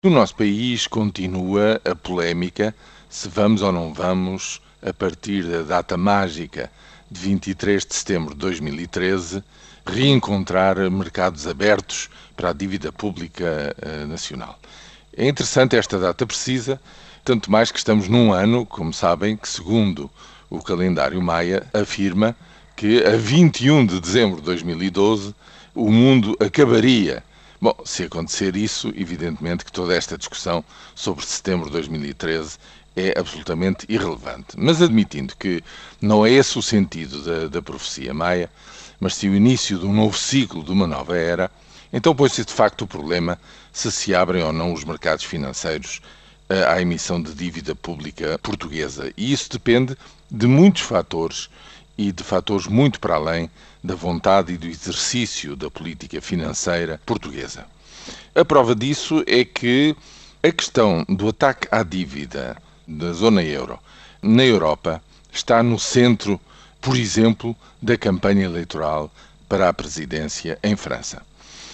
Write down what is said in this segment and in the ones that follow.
No nosso país continua a polémica se vamos ou não vamos, a partir da data mágica de 23 de setembro de 2013, reencontrar mercados abertos para a dívida pública nacional. É interessante esta data precisa, tanto mais que estamos num ano, como sabem, que segundo o calendário maia afirma que a 21 de dezembro de 2012 o mundo acabaria. Bom, se acontecer isso, evidentemente que toda esta discussão sobre setembro de 2013 é absolutamente irrelevante. Mas admitindo que não é esse o sentido da profecia maia, mas sim o início de um novo ciclo, de uma nova era, então põe-se de facto o problema se abrem ou não os mercados financeiros à emissão de dívida pública portuguesa. E isso depende de muitos fatores e de fatores muito para além da vontade e do exercício da política financeira portuguesa. A prova disso é que a questão do ataque à dívida da zona euro na Europa está no centro, por exemplo, da campanha eleitoral para a presidência em França.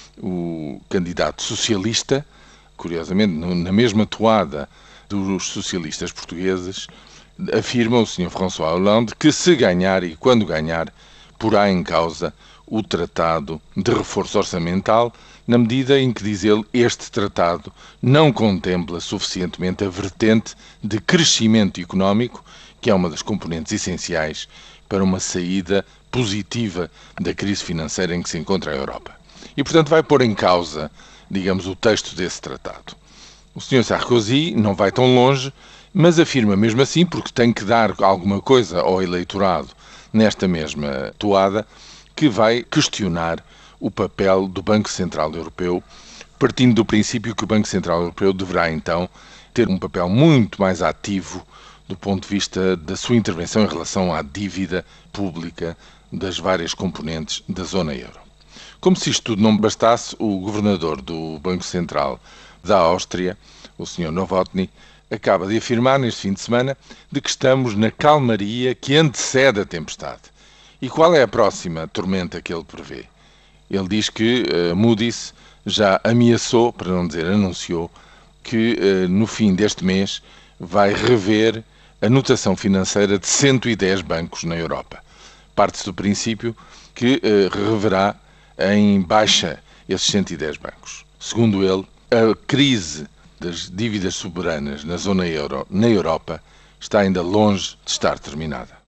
O candidato socialista, curiosamente, na mesma toada dos socialistas portugueses, afirma o Sr. François Hollande que se ganhar e quando ganhar, porá em causa o Tratado de Reforço Orçamental, na medida em que, diz ele, este tratado não contempla suficientemente a vertente de crescimento económico, que é uma das componentes essenciais para uma saída positiva da crise financeira em que se encontra a Europa. E, portanto, vai pôr em causa, digamos, o texto desse tratado. O Sr. Sarkozy não vai tão longe, mas afirma mesmo assim, porque tem que dar alguma coisa ao eleitorado nesta mesma toada, que vai questionar o papel do Banco Central Europeu, partindo do princípio que o Banco Central Europeu deverá então ter um papel muito mais ativo do ponto de vista da sua intervenção em relação à dívida pública das várias componentes da zona euro. Como se isto tudo não bastasse, o governador do Banco Central da Áustria, o Sr. Novotny, acaba de afirmar neste fim de semana de que estamos na calmaria que antecede a tempestade. E qual é a próxima tormenta que ele prevê? Ele diz que Moody's já ameaçou, para não dizer anunciou, que no fim deste mês vai rever a notação financeira de 110 bancos na Europa. Parte-se do princípio que reverá em baixa esses 110 bancos. Segundo ele, a crise das dívidas soberanas na zona euro, na Europa, está ainda longe de estar terminada.